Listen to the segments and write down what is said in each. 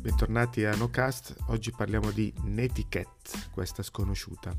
Bentornati a NoCast, oggi parliamo di netiquette, questa sconosciuta.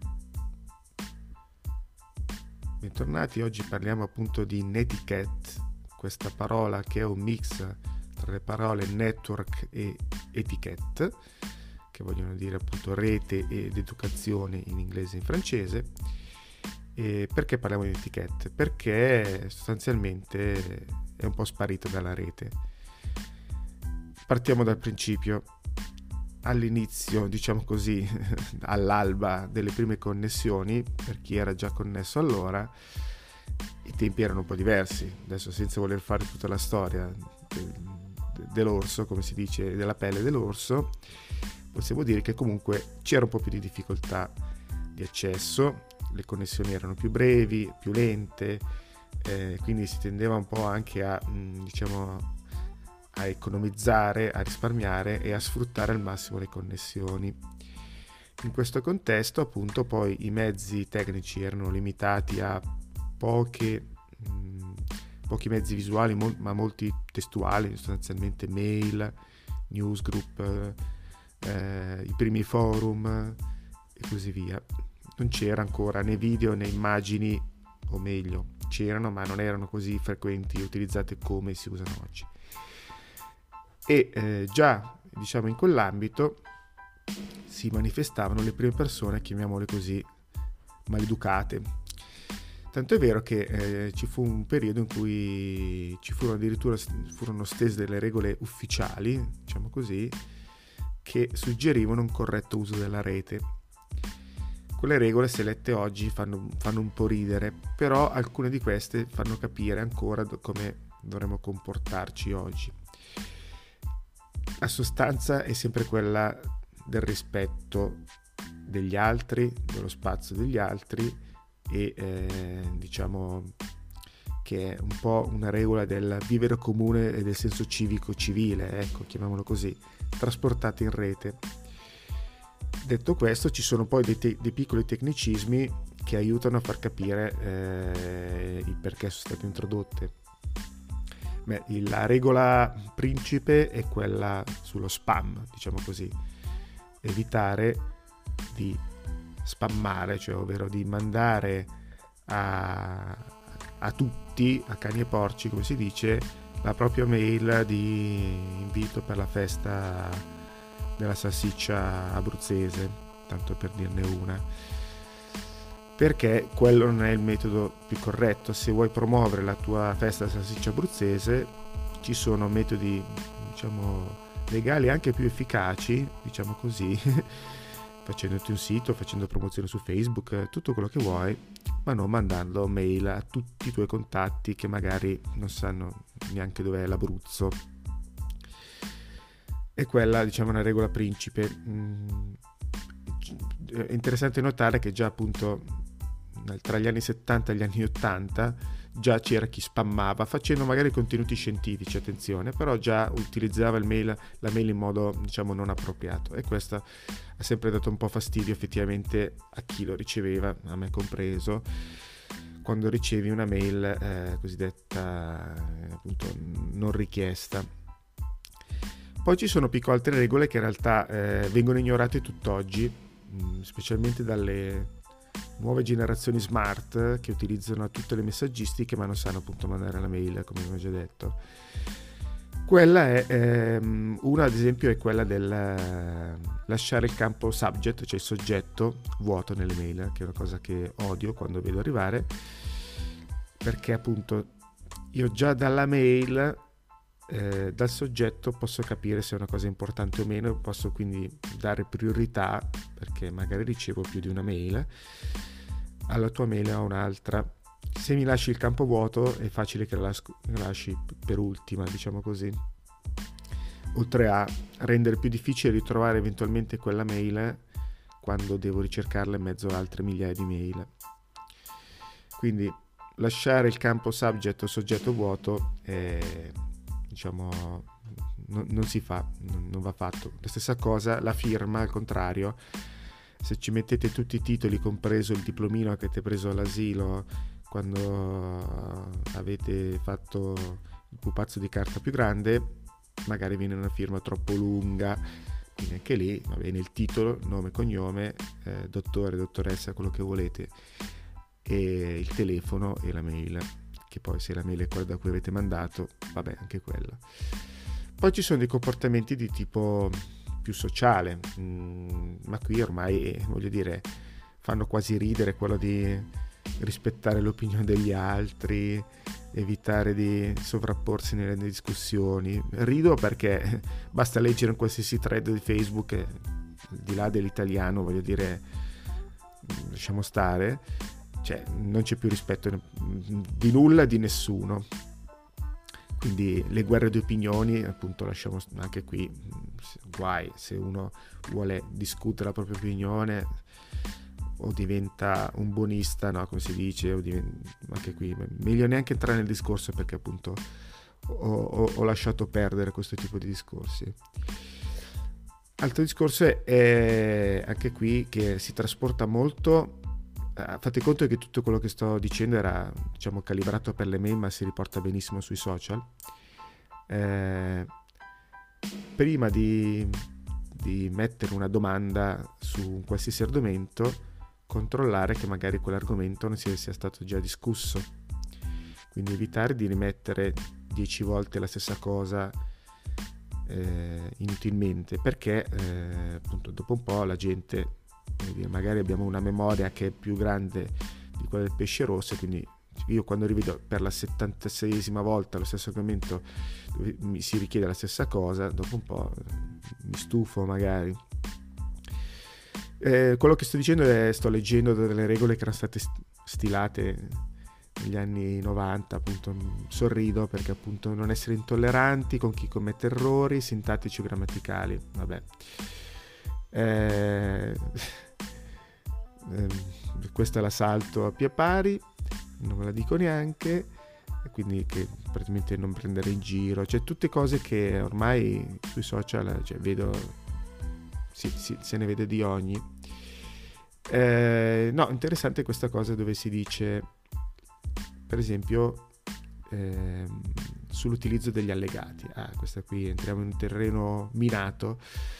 Bentornati, oggi parliamo appunto di netiquette, questa parola che è un mix tra le parole network e etiquette, che vogliono dire appunto rete ed educazione in inglese e in francese. E perché parliamo di etiquette? Perché sostanzialmente è un po' sparita dalla rete. Partiamo dal principio. All'inizio, diciamo così, all'alba delle prime connessioni, per chi era già connesso allora, i tempi erano un po' diversi. Adesso, senza voler fare tutta la storia dell'orso, come si dice, della pelle dell'orso, possiamo dire che comunque c'era un po' più di difficoltà di accesso, le connessioni erano più brevi, più lente, quindi si tendeva un po' anche a economizzare, a risparmiare e a sfruttare al massimo le connessioni. In questo contesto, appunto, poi i mezzi tecnici erano limitati a pochi mezzi visuali, ma molti testuali, sostanzialmente mail, newsgroup, i primi forum e così via. Non c'era ancora né video né immagini, o meglio, c'erano, ma non erano così frequenti e utilizzate come si usano oggi. E già, diciamo, in quell'ambito si manifestavano le prime persone, chiamiamole così, maleducate. Tanto è vero che ci fu un periodo in cui furono stese delle regole ufficiali, diciamo così, che suggerivano un corretto uso della rete. Quelle regole, se lette oggi, fanno un po' ridere, però alcune di queste fanno capire ancora come dovremmo comportarci oggi. La sostanza è sempre quella del rispetto degli altri, dello spazio degli altri e diciamo che è un po' una regola del vivere comune e del senso civico civile, ecco, chiamiamolo così, trasportato in rete. Detto questo, ci sono poi dei piccoli tecnicismi che aiutano a far capire il perché sono state introdotte. La regola principe è quella sullo spam, diciamo così, evitare di spammare, cioè ovvero di mandare a tutti, a cani e porci, come si dice, la propria mail di invito per la festa della salsiccia abruzzese, tanto per dirne una. Perché quello non è il metodo più corretto. Se vuoi promuovere la tua festa salsiccia abruzzese, ci sono metodi, diciamo, legali anche più efficaci, diciamo così, facendoti un sito, facendo promozione su Facebook, tutto quello che vuoi, ma non mandando mail a tutti i tuoi contatti che magari non sanno neanche dov'è l'Abruzzo. E quella, diciamo, è una regola principe. È interessante notare che già appunto tra gli anni 70 e gli anni 80 già c'era chi spammava facendo magari contenuti scientifici, attenzione, però già utilizzava la mail in modo, diciamo, non appropriato, e questo ha sempre dato un po' fastidio effettivamente a chi lo riceveva, a me compreso, quando ricevi una mail cosiddetta appunto non richiesta. Poi ci sono altre regole che in realtà vengono ignorate tutt'oggi, specialmente dalle nuove generazioni smart che utilizzano tutte le messaggistiche ma non sanno appunto mandare la mail, come abbiamo già detto. Quella è una, ad esempio, è quella del lasciare il campo subject, cioè il soggetto, vuoto nelle mail, che è una cosa che odio quando vedo arrivare, perché appunto io già dalla mail, dal soggetto, posso capire se è una cosa importante o meno, posso quindi dare priorità, perché magari ricevo più di una mail, alla tua mail o un'altra. Se mi lasci il campo vuoto è facile che la lasci per ultima, diciamo così, oltre a rendere più difficile ritrovare eventualmente quella mail quando devo ricercarla in mezzo ad altre migliaia di mail. Quindi lasciare il campo subject o soggetto vuoto è, diciamo, non si fa, non va fatto. La stessa cosa la firma, al contrario, se ci mettete tutti i titoli, compreso il diplomino che avete preso all'asilo quando avete fatto il pupazzo di carta più grande, magari viene una firma troppo lunga, quindi anche lì va bene il titolo, nome, cognome, dottore, dottoressa, quello che volete, e il telefono e la mail, che poi se la mail è quella da cui avete mandato, vabbè, anche quella. Poi ci sono dei comportamenti di tipo più sociale, ma qui ormai, voglio dire, fanno quasi ridere, quello di rispettare l'opinione degli altri, evitare di sovrapporsi nelle discussioni. Rido perché basta leggere in qualsiasi thread di Facebook, al di là dell'italiano, voglio dire, lasciamo stare, cioè non c'è più rispetto di nulla, di nessuno. Quindi le guerre di opinioni, appunto, lasciamo anche qui, guai se uno vuole discutere la propria opinione o diventa un buonista, no, come si dice, anche qui meglio neanche entrare nel discorso, perché appunto ho lasciato perdere questo tipo di discorsi. Altro discorso è anche qui che si trasporta molto. Fate conto che tutto quello che sto dicendo era, diciamo, calibrato per le mail, ma si riporta benissimo sui social. Prima di mettere una domanda su un qualsiasi argomento, controllare che magari quell'argomento non sia stato già discusso, quindi evitare di rimettere 10 volte la stessa cosa inutilmente, perché appunto dopo un po' la gente, magari abbiamo una memoria che è più grande di quella del pesce rosso, e quindi io quando rivedo per la 76esima volta lo stesso argomento dove mi si richiede la stessa cosa, dopo un po' mi stufo magari. Quello che sto dicendo è, sto leggendo delle regole che erano state stilate negli anni 90, appunto sorrido perché appunto non essere intolleranti con chi commette errori sintattici o grammaticali, vabbè. Questa la salto a pie pari, non ve la dico neanche, quindi che praticamente non prendere in giro, cioè tutte cose che ormai sui social, cioè, vedo se ne vede di ogni. No, interessante questa cosa dove si dice, per esempio, sull'utilizzo degli allegati. Questa qui entriamo in un terreno minato.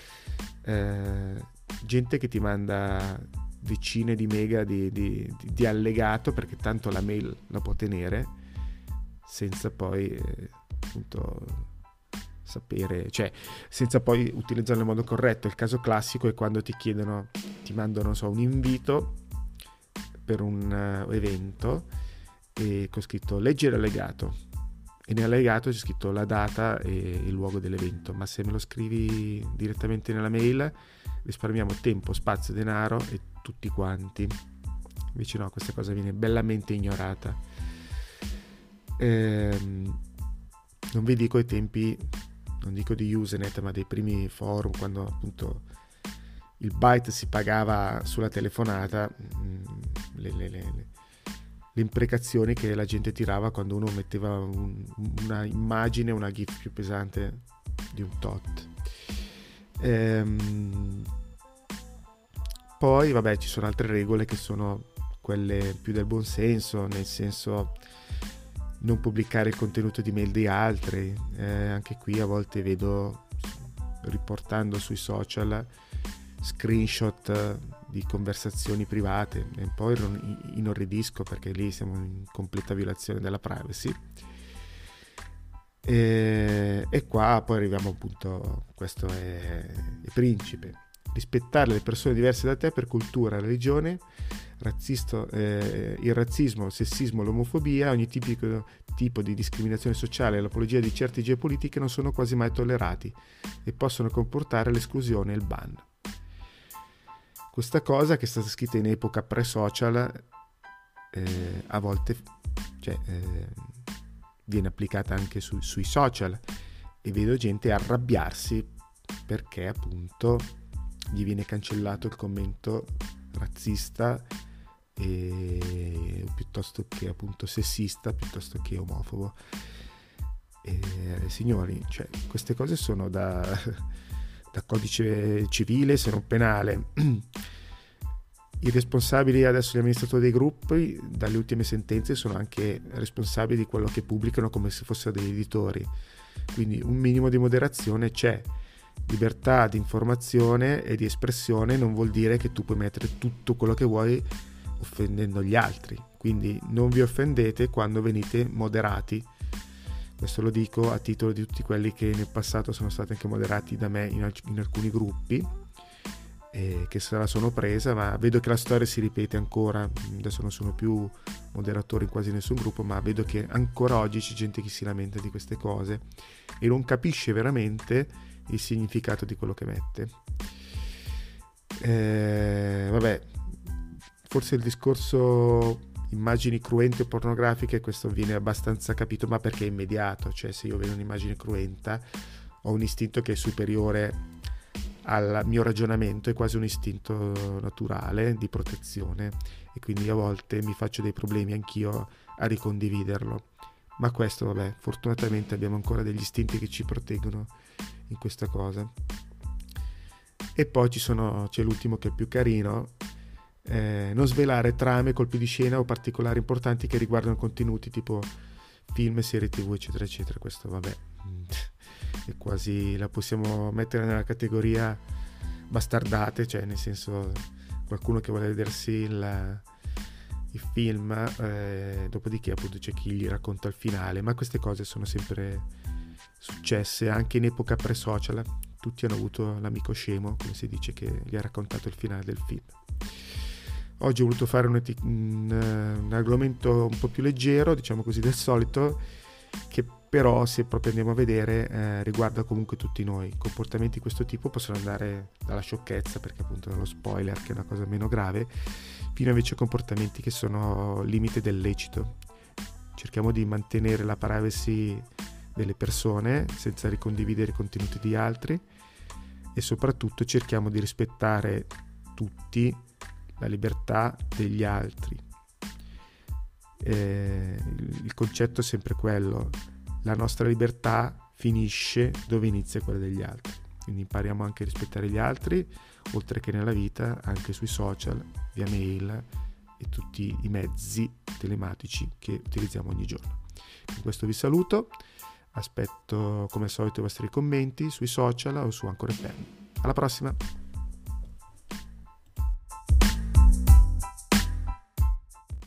Gente che ti manda decine di mega di allegato, perché tanto la mail la può tenere senza poi appunto sapere, cioè senza poi utilizzarlo in modo corretto. Il caso classico è quando ti mandano, non so, un invito per un evento e con scritto leggere allegato, e nell'allegato c'è scritto la data e il luogo dell'evento, ma se me lo scrivi direttamente nella mail risparmiamo tempo, spazio, denaro e tutti quanti. Invece no, questa cosa viene bellamente ignorata. Non vi dico i tempi, non dico di Usenet, ma dei primi forum, quando appunto il byte si pagava sulla telefonata, le imprecazioni che la gente tirava quando uno metteva una immagine, una GIF più pesante di un tot. Poi vabbè, ci sono altre regole che sono quelle più del buon senso, nel senso non pubblicare il contenuto di mail di altri. Anche qui a volte vedo, riportando sui social, screenshot di conversazioni private, e poi inorridisco perché lì siamo in completa violazione della privacy. E qua poi arriviamo appunto, questo è il principe: rispettare le persone diverse da te per cultura, religione, il razzismo, il sessismo, l'omofobia, ogni tipo di discriminazione sociale e l'apologia di certe idee politiche non sono quasi mai tollerati e possono comportare l'esclusione e il ban. Questa cosa, che è stata scritta in epoca pre-social, a volte viene applicata anche sui social, e vedo gente arrabbiarsi perché appunto gli viene cancellato il commento razzista, piuttosto che appunto sessista, piuttosto che omofobo. Signori, cioè, queste cose sono da codice civile, se non penale. I responsabili, adesso gli amministratori dei gruppi, dalle ultime sentenze sono anche responsabili di quello che pubblicano come se fossero degli editori, quindi un minimo di moderazione c'è. Libertà di informazione e di espressione non vuol dire che tu puoi mettere tutto quello che vuoi offendendo gli altri, quindi non vi offendete quando venite moderati. Questo lo dico a titolo di tutti quelli che nel passato sono stati anche moderati da me in alcuni gruppi, che se la sono presa, ma vedo che la storia si ripete ancora. Adesso non sono più moderatore in quasi nessun gruppo, ma vedo che ancora oggi c'è gente che si lamenta di queste cose e non capisce veramente il significato di quello che mette. Vabbè, forse il discorso immagini cruente o pornografiche, questo viene abbastanza capito, ma perché è immediato. Cioè, se io vedo un'immagine cruenta ho un istinto che è superiore al mio ragionamento, è quasi un istinto naturale di protezione, e quindi a volte mi faccio dei problemi anch'io a ricondividerlo, ma questo, vabbè, fortunatamente abbiamo ancora degli istinti che ci proteggono in questa cosa. E poi c'è l'ultimo che è più carino: non svelare trame, colpi di scena o particolari importanti che riguardano contenuti tipo film, serie tv, eccetera eccetera. Questo, vabbè, è quasi, la possiamo mettere nella categoria bastardate, cioè nel senso, qualcuno che vuole vedersi il film, dopodiché appunto c'è chi gli racconta il finale, ma queste cose sono sempre successe anche in epoca pre-social. Tutti hanno avuto l'amico scemo, come si dice, che gli ha raccontato il finale del film. Oggi ho voluto fare un argomento un po' più leggero, diciamo così, del solito, che però, se proprio andiamo a vedere, riguarda comunque tutti noi. Comportamenti di questo tipo possono andare dalla sciocchezza, perché appunto dallo spoiler, che è una cosa meno grave, fino invece a comportamenti che sono limite del lecito. Cerchiamo di mantenere la privacy delle persone senza ricondividere i contenuti di altri, e soprattutto cerchiamo di rispettare tutti la libertà degli altri. Il concetto è sempre quello: la nostra libertà finisce dove inizia quella degli altri, quindi impariamo anche a rispettare gli altri, oltre che nella vita, anche sui social, via mail e tutti i mezzi telematici che utilizziamo ogni giorno. Con questo vi saluto, aspetto come al solito i vostri commenti sui social o su Anchor FM. Alla prossima!